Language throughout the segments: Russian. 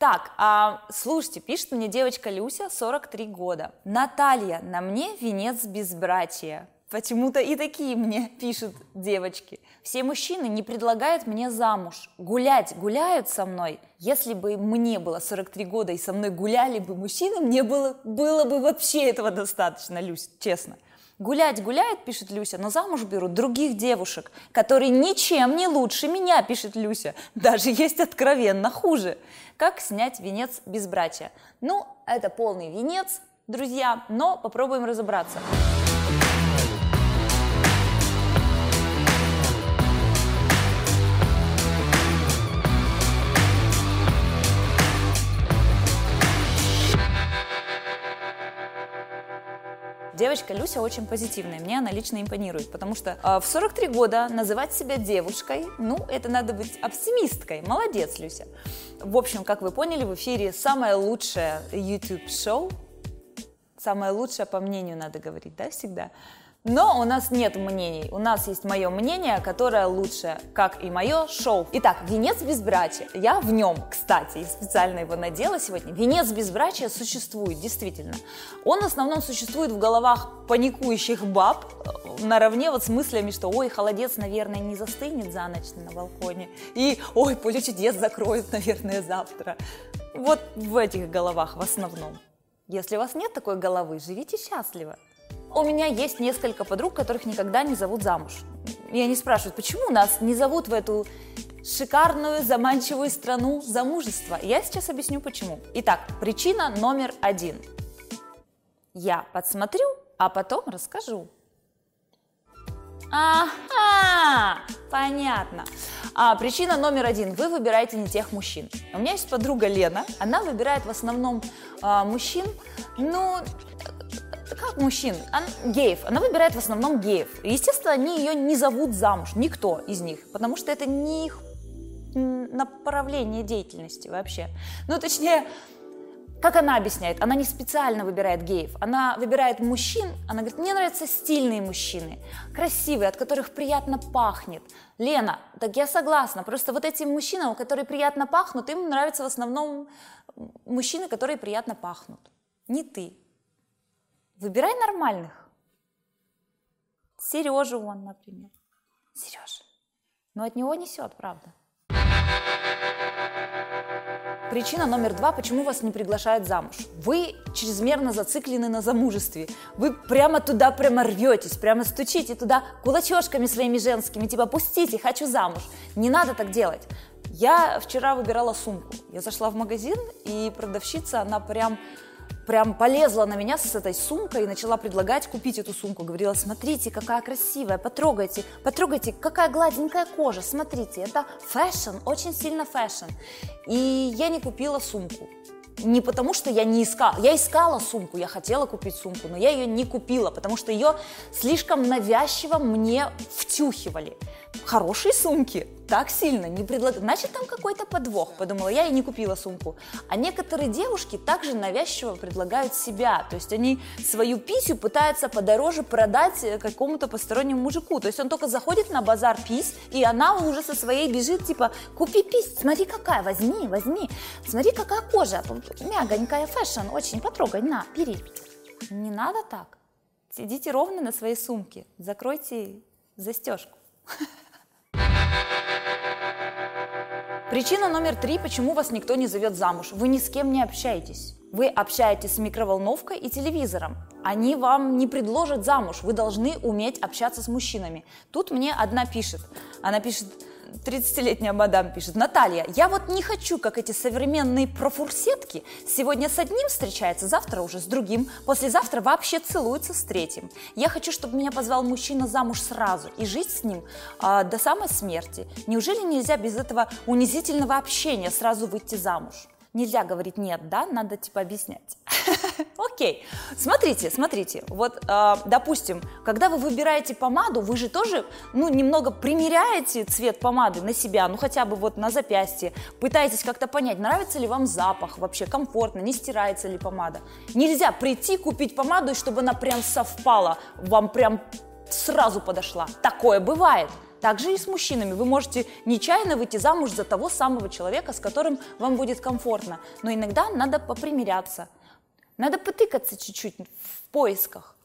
Так, слушайте, пишет мне девочка Люся, 43 года. Наталья, на мне венец безбрачия. Почему-то и такие мне пишут девочки. Все мужчины не предлагают мне замуж. Гуляют со мной. Если бы мне было 43 года и со мной гуляли бы мужчины, мне было бы вообще этого достаточно, Люся, честно. Гуляет, пишет Люся, но замуж берут других девушек, которые ничем не лучше меня, пишет Люся. Даже есть откровенно хуже. Как снять венец безбрачия? Ну, это полный венец, друзья, но попробуем разобраться. Девочка Люся очень позитивная, мне она лично импонирует, потому что в 43 года называть себя девушкой, ну, это надо быть оптимисткой. Молодец, Люся. В общем, как вы поняли, в эфире самое лучшее YouTube-шоу, самое лучшее по мнению надо говорить, да, всегда. Но у нас нет мнений, у нас есть мое мнение, которое лучше, как и мое шоу. Итак, венец безбрачия. Я в нем, кстати, и специально его надела сегодня. Венец безбрачия существует, действительно. Он в основном существует в головах паникующих баб, наравне вот с мыслями, что ой, холодец, наверное, не застынет за ночь на балконе. И ой, поле чудес закроют, наверное, завтра. Вот в этих головах в основном. Если у вас нет такой головы, живите счастливо. У меня есть несколько подруг, которых никогда не зовут замуж. И они спрашивают, почему нас не зовут в эту шикарную, заманчивую страну замужества? Я сейчас объясню, почему. Итак, причина номер 1. Я подсмотрю, а потом расскажу. Ага, понятно. Причина номер 1. Вы выбираете не тех мужчин. У меня есть подруга Лена, она выбирает в основном мужчин, ну... Как мужчин? Геев. Она выбирает в основном геев. Естественно, они ее не зовут замуж, никто из них, потому что это не их направление деятельности вообще. Ну, точнее, как она объясняет, она не специально выбирает геев, она выбирает мужчин, она говорит, мне нравятся стильные мужчины, красивые, от которых приятно пахнет. Лена, так я согласна, просто вот этим мужчинам, которые приятно пахнут, им нравятся в основном мужчины, которые приятно пахнут, не ты. Выбирай нормальных. Сережу вон, например. Сережа. Но от него несет, правда. Причина номер 2, почему вас не приглашают замуж. Вы чрезмерно зациклены на замужестве. Вы прямо туда рветесь, прямо стучите туда кулачочками своими женскими, типа пустите, хочу замуж. Не надо так делать. Я вчера выбирала сумку. Я зашла в магазин, и продавщица, она прям полезла на меня с этой сумкой и начала предлагать купить эту сумку. Говорила, смотрите, какая красивая, потрогайте, какая гладенькая кожа, смотрите, это фэшн, очень сильно фэшн. И я не купила сумку. Не потому, что я не искала. Я искала сумку, я хотела купить сумку, но я ее не купила, потому что ее слишком навязчиво мне втюхивали. Хорошие сумки так сильно не предлагают. Значит, там какой-то подвох, подумала я, и не купила сумку. А некоторые девушки также навязчиво предлагают себя. То есть они свою писю пытаются подороже продать какому-то постороннему мужику. То есть он только заходит на базар пись, и она уже со своей бежит, типа, купи пись, смотри какая, возьми. Смотри какая кожа, мягонькая, фэшн, очень, потрогай, на, бери. Не надо так. Сидите ровно на своей сумке, закройте застежку. Причина номер 3, почему вас никто не зовет замуж. Вы ни с кем не общаетесь. Вы общаетесь с микроволновкой и телевизором. Они вам не предложат замуж. Вы должны уметь общаться с мужчинами. Тут мне одна пишет. Она пишет, 30-летняя мадам пишет, Наталья, я вот не хочу, как эти современные профурсетки, сегодня с одним встречается, завтра уже с другим, послезавтра вообще целуется с третьим. Я хочу, чтобы меня позвал мужчина замуж сразу и жить с ним до самой смерти. Неужели нельзя без этого унизительного общения сразу выйти замуж? Нельзя говорить нет, да? Надо типа объяснять. Окей, смотрите, вот, допустим, когда вы выбираете помаду, вы же тоже, немного примеряете цвет помады на себя, хотя бы вот на запястье, пытаетесь как-то понять, нравится ли вам запах вообще, комфортно, не стирается ли помада. Нельзя прийти, купить помаду, и чтобы она прям совпала, вам прям сразу подошла. Такое бывает. Также и с мужчинами. Вы можете нечаянно выйти замуж за того самого человека, с которым вам будет комфортно. Но иногда надо попримиряться. Надо потыкаться чуть-чуть в поисках.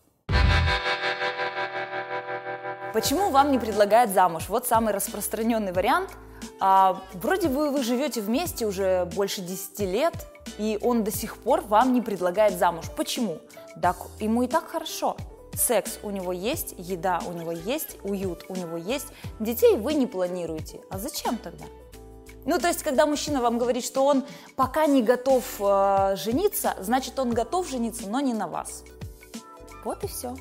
Почему вам не предлагают замуж? Вот самый распространенный вариант. Вроде бы вы живете вместе уже больше 10 лет, и он до сих пор вам не предлагает замуж. Почему? Да, ему и так хорошо. Секс у него есть, еда у него есть, уют у него есть. Детей вы не планируете. А зачем тогда? Ну, то есть, когда мужчина вам говорит, что он пока не готов жениться, значит, он готов жениться, но не на вас. Вот и все.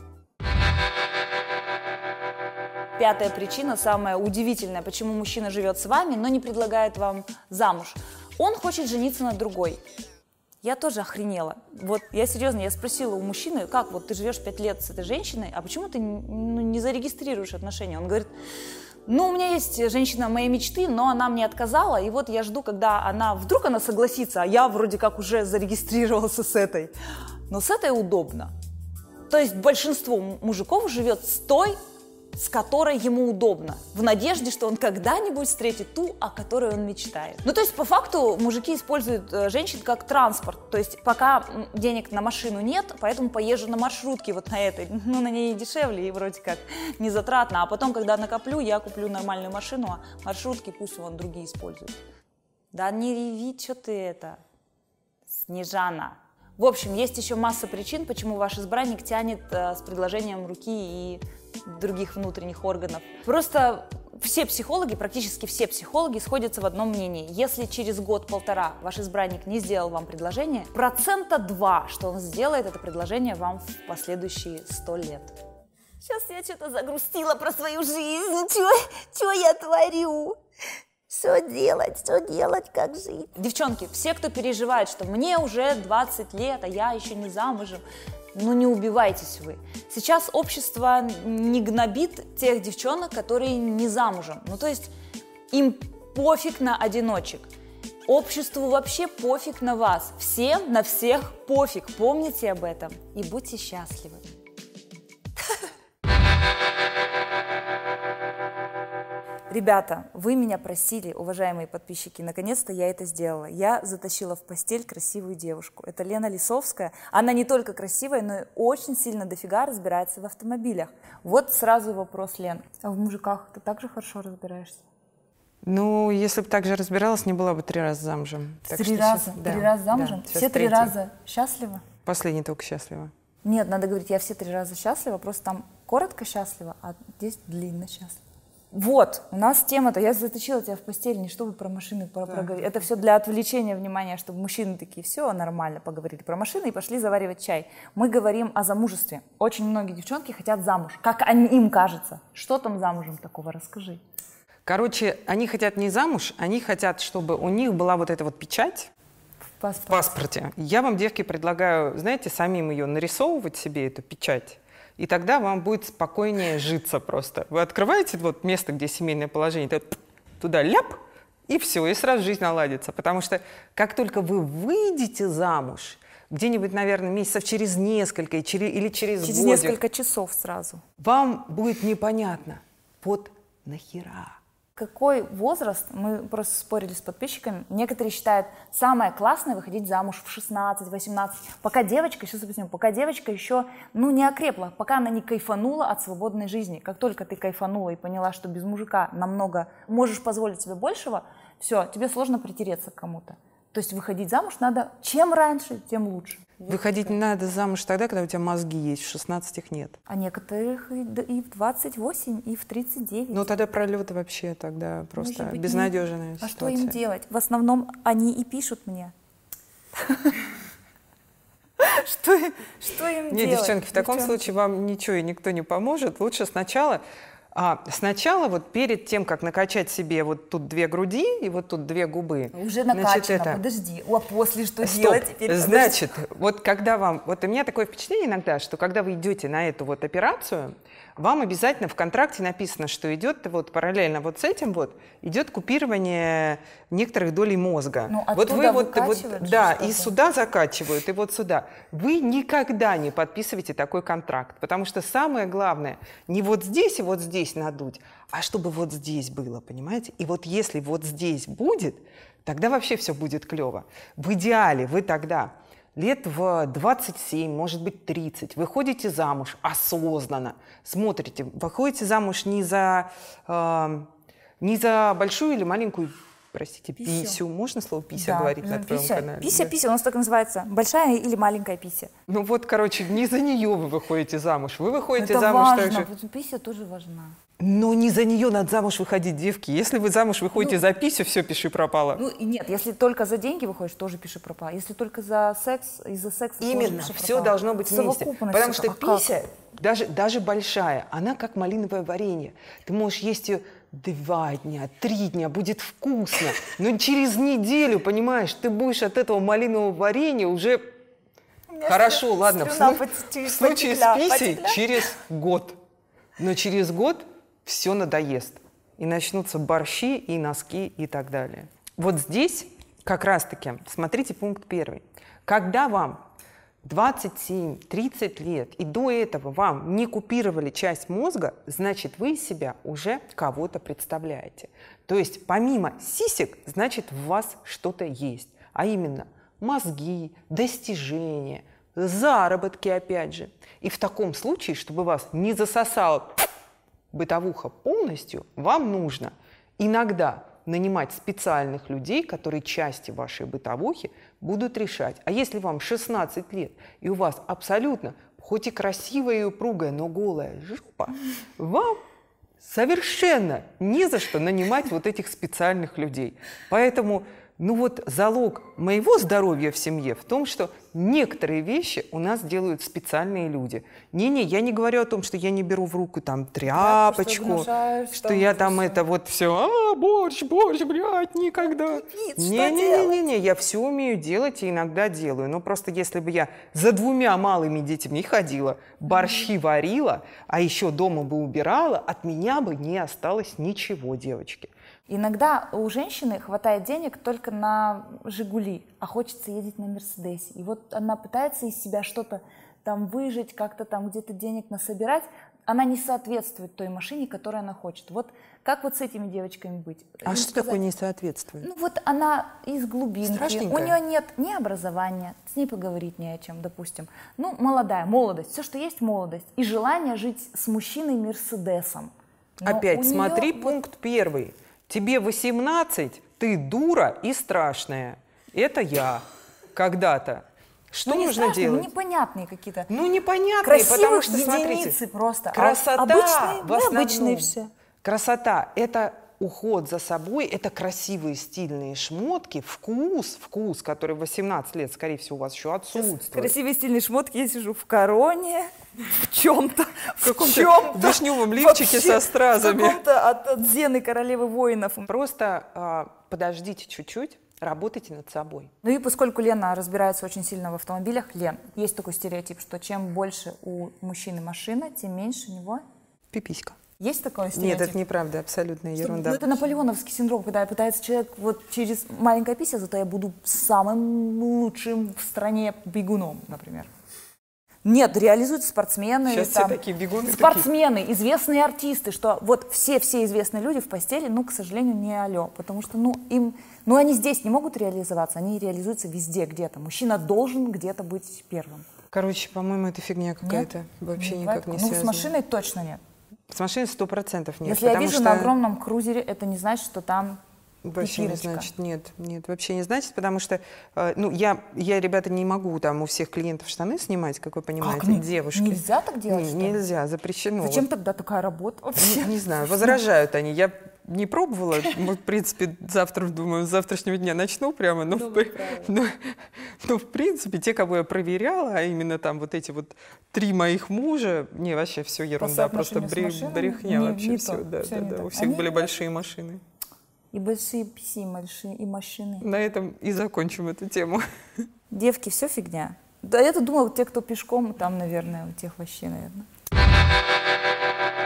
Пятая причина, самая удивительная, почему мужчина живет с вами, но не предлагает вам замуж. Он хочет жениться на другой. Я тоже охренела. Вот я серьезно, я спросила у мужчины, как вот ты живешь 5 лет с этой женщиной, а почему ты не зарегистрируешь отношения? Он говорит, ну, у меня есть женщина моей мечты, но она мне отказала, и вот я жду, когда вдруг она согласится, а я вроде как уже зарегистрировался с этой. Но с этой удобно. То есть большинство мужиков живет с той, с которой ему удобно, в надежде, что он когда-нибудь встретит ту, о которой он мечтает. Ну, то есть, по факту, мужики используют женщин как транспорт, то есть, пока денег на машину нет, поэтому поезжу на маршрутке вот на этой, ну, на ней дешевле и вроде как не затратно, а потом, когда накоплю, я куплю нормальную машину, а маршрутки пусть вон другие используют. Да не реви, что ты это, Снежана. В общем, есть еще масса причин, почему ваш избранник тянет с предложением руки и других внутренних органов. Просто все психологи, практически все психологи сходятся в одном мнении. Если через год-полтора ваш избранник не сделал вам предложение, 2%, что он сделает это предложение вам в последующие 100 лет. Сейчас я что-то загрустила про свою жизнь. Что я творю? Что делать, как жить? Девчонки, все, кто переживает, что мне уже 20 лет, а я еще не замужем, ну не убивайтесь вы. Сейчас общество не гнобит тех девчонок, которые не замужем. Ну то есть им пофиг на одиночек. Обществу вообще пофиг на вас. Всем на всех пофиг. Помните об этом и будьте счастливы. Ребята, вы меня просили, уважаемые подписчики, наконец-то я это сделала. Я затащила в постель красивую девушку. Это Лена Лисовская. Она не только красивая, но и очень сильно дофига разбирается в автомобилях. Вот сразу вопрос, Лен. А в мужиках ты так же хорошо разбираешься? Ну, если бы так же разбиралась, не была бы 3 раза замужем. Три раза? Да, 3 раза замужем? Да, все 3 раза счастливы? Последний только счастлива. Нет, надо говорить, я все 3 раза счастлива, просто там коротко счастлива, а здесь длинно счастлива. Вот, у нас тема-то, я затащила тебя в постель, не чтобы про машины проговорить. Это все для отвлечения внимания, чтобы мужчины такие, все нормально, поговорили про машины и пошли заваривать чай. Мы говорим о замужестве. Очень многие девчонки хотят замуж, как им кажется. Что там замужем такого, расскажи. Короче, они хотят не замуж, они хотят, чтобы у них была вот эта вот печать в паспорте. Я вам, девки, предлагаю, знаете, самим ее нарисовывать себе, эту печать. И тогда вам будет спокойнее житься просто. Вы открываете вот место, где семейное положение, туда ляп, и все, и сразу жизнь наладится. Потому что как только вы выйдете замуж, где-нибудь, наверное, месяцев через несколько или через годик, несколько часов сразу, вам будет непонятно, вот нахера. Какой возраст, мы просто спорили с подписчиками, некоторые считают, самое классное выходить замуж в 16-18, пока девочка, сейчас объясню, пока девочка еще, не окрепла, пока она не кайфанула от свободной жизни. Как только ты кайфанула и поняла, что без мужика намного можешь позволить себе большего, все, тебе сложно притереться к кому-то. То есть выходить замуж надо чем раньше, тем лучше. Выходить не надо замуж тогда, когда у тебя мозги есть, в 16 их нет. А некоторых и в 28, и в 39. Ну тогда пролеты вообще тогда просто безнадежная ситуация. А что им делать? В основном они и пишут мне. Что им делать? Нет, девчонки, в таком случае вам ничего и никто не поможет. Лучше сначала вот перед тем, как накачать себе вот тут 2 груди и вот тут 2 губы. Уже накачано, подожди. А после что делать? Теперь, значит, вот когда вам... Вот у меня такое впечатление иногда, что когда вы идете на эту вот операцию, вам обязательно в контракте написано, что идет вот параллельно вот с этим вот идет купирование некоторых долей мозга. Ну, вот вы вот, да, и сюда закачивают, и вот сюда. Вы никогда не подписываете такой контракт, потому что самое главное не вот здесь и вот здесь надуть, а чтобы вот здесь было, понимаете? И вот если вот здесь будет, тогда вообще все будет клево. В идеале вы тогда лет в 27, может быть, 30, выходите замуж осознанно, смотрите, выходите замуж не за большую или маленькую, простите, писю. Можно слово пися говорить на твоем канале? Пися, у нас так называется. Большая или маленькая пися. Ну вот, короче, не за нее вы выходите замуж. Вы выходите это замуж важно, также. Пися тоже важна. Но не за нее надо замуж выходить, девки. Если вы замуж выходите за писю, все, пиши пропало. Ну нет, если только за деньги выходишь, тоже пиши пропало. Если только за секс, из-за секса именно, тоже пиши все должно быть вместе. Потому что пися, даже большая, она как малиновое варенье. Ты можешь есть ее 2 дня, 3 дня, будет вкусно. Но через неделю, понимаешь, ты будешь от этого малинового варенья уже... Хорошо, ладно, в случае с писей через год. Но через год все надоест. И начнутся борщи, и носки, и так далее. Вот здесь как раз-таки, смотрите пункт 1. Когда вам 27-30 лет, и до этого вам не купировали часть мозга, значит, вы себя уже кого-то представляете. То есть помимо сисек, значит, в вас что-то есть. А именно мозги, достижения, заработки, опять же. И в таком случае, чтобы вас не засосало бытовуха полностью, вам нужно иногда нанимать специальных людей, которые части вашей бытовухи будут решать. А если вам 16 лет, и у вас абсолютно, хоть и красивая и упругая, но голая жопа, вам совершенно не за что нанимать вот этих специальных людей. Поэтому, ну вот залог моего здоровья в семье в том, что некоторые вещи у нас делают специальные люди. Не-не, я не говорю о том, что я не беру в руку там тряпочку, что я там это вот все, борщ, блядь, никогда. Не-не-не, я все умею делать и иногда делаю. Но просто если бы я за 2 малыми детьми ходила, борщи варила, а еще дома бы убирала, от меня бы не осталось ничего, девочки. Иногда у женщины хватает денег только на «Жигули», а хочется ездить на «Мерседесе». И вот она пытается из себя что-то там выжить, как-то там где-то денег насобирать. Она не соответствует той машине, которую она хочет. Вот как вот с этими девочками быть? А что такое не соответствует? Ну вот она из глубинки, страшненькая. У нее нет ни образования, с ней поговорить не о чем, допустим. Ну, молодость, все, что есть молодость. И желание жить с мужчиной-мерседесом. Опять смотри пункт 1. Тебе 18, ты дура и страшная. Это я когда-то. Что нужно страшные, делать? Непонятные какие-то. Непонятные, красивых потому что, единицы смотрите, просто. Красота, обычные, в основном, обычные все. Красота – это уход за собой, это красивые стильные шмотки, вкус, который в 18 лет, скорее всего, у вас еще отсутствует. Красивые стильные шмотки, я сижу в короне, в чем-то, в каком-то вишневом лифчике со стразами. В каком-то от Зены, королевы воинов. Просто подождите чуть-чуть, работайте над собой. Ну и поскольку Лена разбирается очень сильно в автомобилях, Лен, есть такой стереотип, что чем больше у мужчины машина, тем меньше у него пиписька. Есть такой стереотип? Нет, это неправда, абсолютная ерунда. Ну, это наполеоновский синдром, когда пытается человек вот через маленькое пися, зато я буду самым лучшим в стране бегуном, например. Нет, реализуются спортсмены. Сейчас там, все такие бегуны. Спортсмены, известные артисты, что вот все известные люди в постели, ну, к сожалению, не алло, потому что, они здесь не могут реализоваться, они реализуются везде где-то. Мужчина должен где-то быть первым. Короче, по-моему, это фигня какая-то. Вообще никак не связано. Ну, с машиной точно нет. С машиной 100% нет. Если я вижу на огромном крузере, это не значит, что там вообще не значит, нет, вообще не значит, потому что, я, ребята, не могу там у всех клиентов штаны снимать, как вы понимаете, как? Девушки. Нельзя так делать? Нельзя, запрещено. Зачем тогда такая работа вообще? Не знаю, возражают они. Я не пробовала, в принципе, думаю, с завтрашнего дня начну прямо, но в принципе, те, кого я проверяла, а именно там вот эти вот 3 моих мужа, вообще все ерунда, просто брехня вообще все, да, у всех были большие машины. И большие писи, и машины. На этом и закончим эту тему. Девки, все фигня. Да, я-то думала, те, кто пешком, там, наверное, у тех вообще, наверное.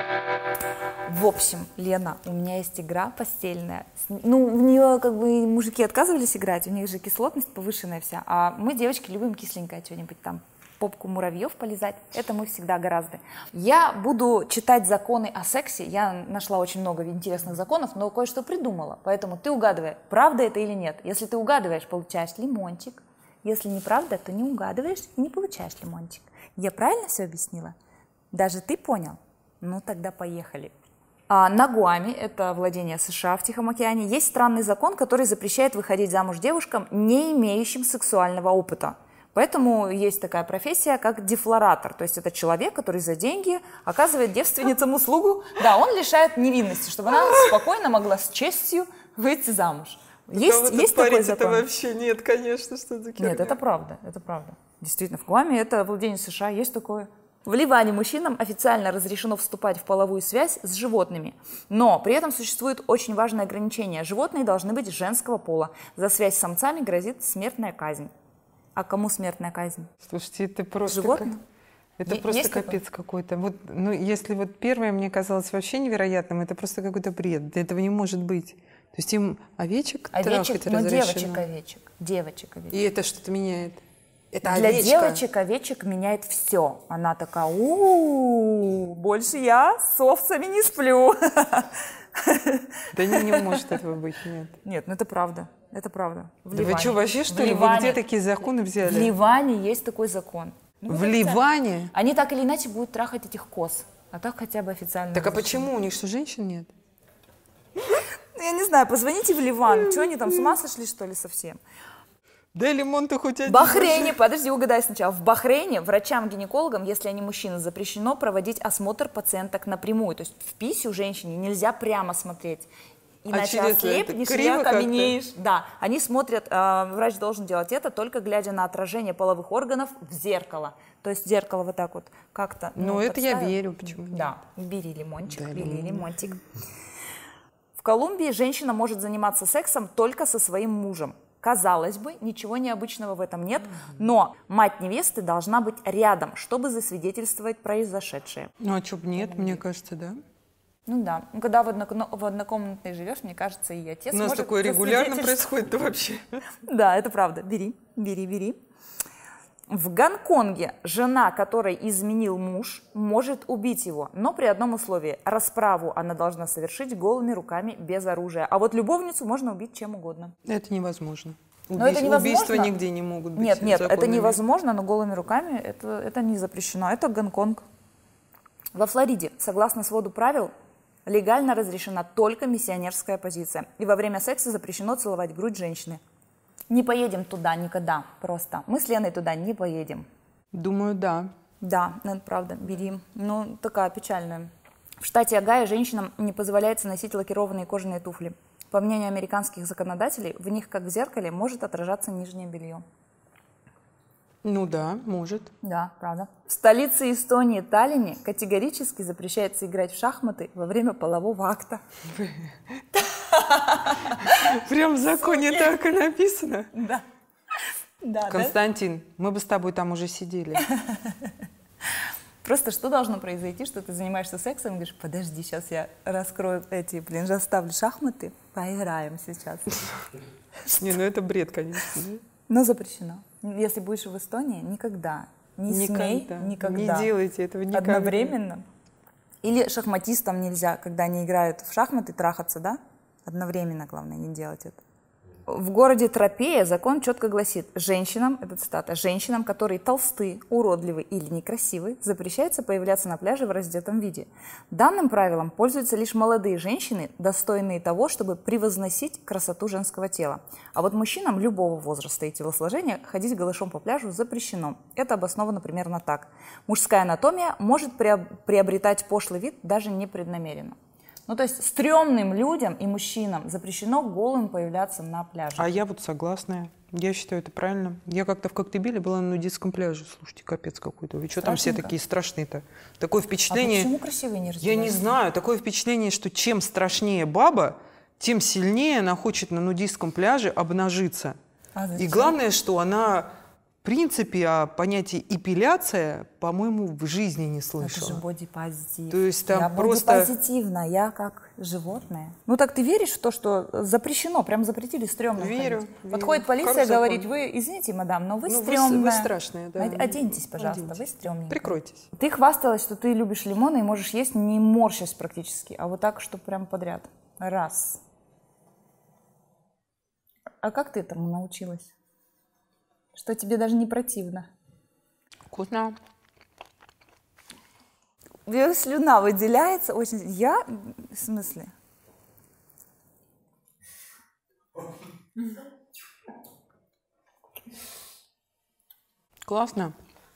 В общем, Лена, у меня есть игра постельная. Ну, в нее как бы мужики отказывались играть, у них же кислотность повышенная вся, а мы, девочки, любим кисленькое что-нибудь там, попку муравьев полизать, это мы всегда гораздо. Я буду читать законы о сексе, я нашла очень много интересных законов, но кое-что придумала, поэтому ты угадывай, правда это или нет. Если ты угадываешь, получаешь лимончик, если неправда, то не угадываешь и не получаешь лимончик. Я правильно все объяснила? Даже ты понял? Ну тогда поехали. На Гуаме, это владение США в Тихом океане, есть странный закон, который запрещает выходить замуж девушкам, не имеющим сексуального опыта. Поэтому есть такая профессия, как дефлоратор. То есть это человек, который за деньги оказывает девственницам услугу. Да, он лишает невинности, чтобы она спокойно могла с честью выйти замуж. Есть такой закон? Это вообще нет, конечно, что за херня. Нет, это правда, это правда. Действительно, в Гуаме это владение США, есть такое. В Ливане мужчинам официально разрешено вступать в половую связь с животными, но при этом существует очень важное ограничение. Животные должны быть женского пола. За связь с самцами грозит смертная казнь. А кому смертная казнь? Слушайте, это просто... Животным? Это просто капец какой-то. Вот, ну, если вот первое мне казалось вообще невероятным, это просто какой-то бред. Этого не может быть. То есть им овечек трахать разрешено. Девочек-овечек. И это что-то меняет? Это Для овечка. девочек-овечек меняет все. Она такая, больше я с овцами не сплю. Да не может этого быть, нет. Нет, ну это правда. Это правда. Да вы что, вообще что ли? Вы где такие законы взяли? В Ливане есть такой закон. В Ливане? Они так или иначе будут трахать этих коз. А так хотя бы официально. Так а почему? У них что, женщин нет? Я не знаю, позвоните в Ливан. Что они там, с ума сошли, что ли, совсем? Да, лимон ты хоть один. В Бахрейне, подожди, угадай сначала. В Бахрейне врачам-гинекологам, если они мужчины, запрещено проводить осмотр пациенток напрямую. То есть в писю женщине нельзя прямо смотреть. Иначе ослепнешь и окаменеешь. Да, они смотрят, врач должен делать это, только глядя на отражение половых органов в зеркало. То есть зеркало вот так вот как-то. Ну, это я верю, почему нет? Да, бери лимончик, бери лимончик. В Колумбии женщина может заниматься сексом только со своим мужем. Казалось бы, ничего необычного в этом нет, но мать невесты должна быть рядом, чтобы засвидетельствовать произошедшее. Ну, а что бы нет, мне кажется, да? Ну да, когда в однокомнатной живешь, мне кажется, и отец может. У нас такое регулярно происходит вообще. Да, это правда. Бери. В Гонконге жена, которой изменил муж, может убить его, но при одном условии. Расправу она должна совершить голыми руками, без оружия. А вот любовницу можно убить чем угодно. Это невозможно. Но это невозможно. Убийства нигде не могут быть. Нет, это невозможно, но голыми руками это не запрещено. Это Гонконг. Во Флориде, согласно своду правил, легально разрешена только миссионерская позиция. И во время секса запрещено целовать грудь женщины. Не поедем туда никогда, просто. Мы с Леной туда не поедем. Думаю, да. Да, это правда, бери. Ну, такая печальная. В штате Огайо женщинам не позволяется носить лакированные кожаные туфли. По мнению американских законодателей, в них, как в зеркале, может отражаться нижнее белье. Ну да, может. Да, правда. В столице Эстонии, Таллине, категорически запрещается играть в шахматы во время полового акта. Прям в законе так и написано? Да. Константин, мы бы с тобой там уже сидели. Просто что должно произойти, что ты занимаешься сексом и говоришь, подожди, сейчас я раскрою расставлю шахматы, поиграем сейчас. Не, ну это бред, конечно. Но запрещено. Если будешь в Эстонии, никогда. Не смей, никогда. Не делайте этого никогда. Одновременно. Или шахматистам нельзя, когда они играют в шахматы, трахаться, да? Одновременно, главное, не делать это. В городе Тропея закон четко гласит, женщинам, это цитата, женщинам, которые толсты, уродливы или некрасивы, запрещается появляться на пляже в раздетом виде. Данным правилом пользуются лишь молодые женщины, достойные того, чтобы превозносить красоту женского тела. А вот мужчинам любого возраста и телосложения ходить голышом по пляжу запрещено. Это обосновано примерно так. Мужская анатомия может приобретать пошлый вид даже непреднамеренно. Ну, то есть стрёмным людям и мужчинам запрещено голым появляться на пляже. А я вот согласна. Я считаю, это правильно. Я как-то в Коктебеле была на нудистском пляже. Слушайте, капец какой-то. Вы что там все такие страшные-то? Такое впечатление... А почему красивые не раздеваются? Я не знаю. Такое впечатление, что чем страшнее баба, тем сильнее она хочет на нудистском пляже обнажиться. И главное, что она В принципе, о понятии эпиляция, по-моему, в жизни не слышала. Это же бодипозитив. То есть там я просто... бодипозитивна, я как животное. Ну так ты веришь в то, что запрещено, прям запретили, стрёмно? Верю. Подходит полиция, говорит, вы, извините, мадам, но вы стрёмная. Вы страшная, да. Оденьтесь, пожалуйста, Оденьтесь. вы стрёмненькая. Прикройтесь. Ты хвасталась, что ты любишь лимоны и можешь есть, не морщась практически, а вот так, что прям подряд. Раз. А как ты этому научилась? Что тебе даже не противно? Вкусно. Слюна выделяется очень. Я? В смысле? Классно.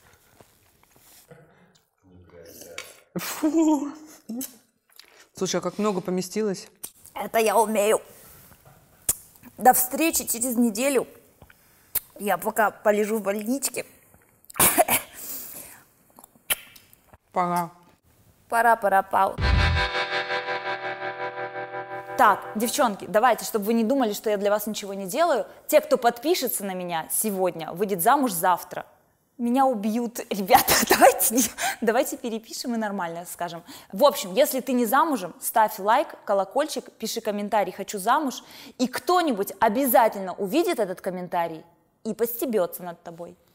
Фу. Слушай, а как много поместилось? Это я умею. До встречи через неделю. Я пока полежу в больничке. Пора. Пора, Пау. Так, девчонки, давайте, чтобы вы не думали, что я для вас ничего не делаю. Те, кто подпишется на меня сегодня, выйдет замуж завтра. Меня убьют, ребята, давайте перепишем и нормально скажем. В общем, если ты не замужем, ставь лайк, колокольчик, пиши комментарий «хочу замуж», и кто-нибудь обязательно увидит этот комментарий и постебется над тобой.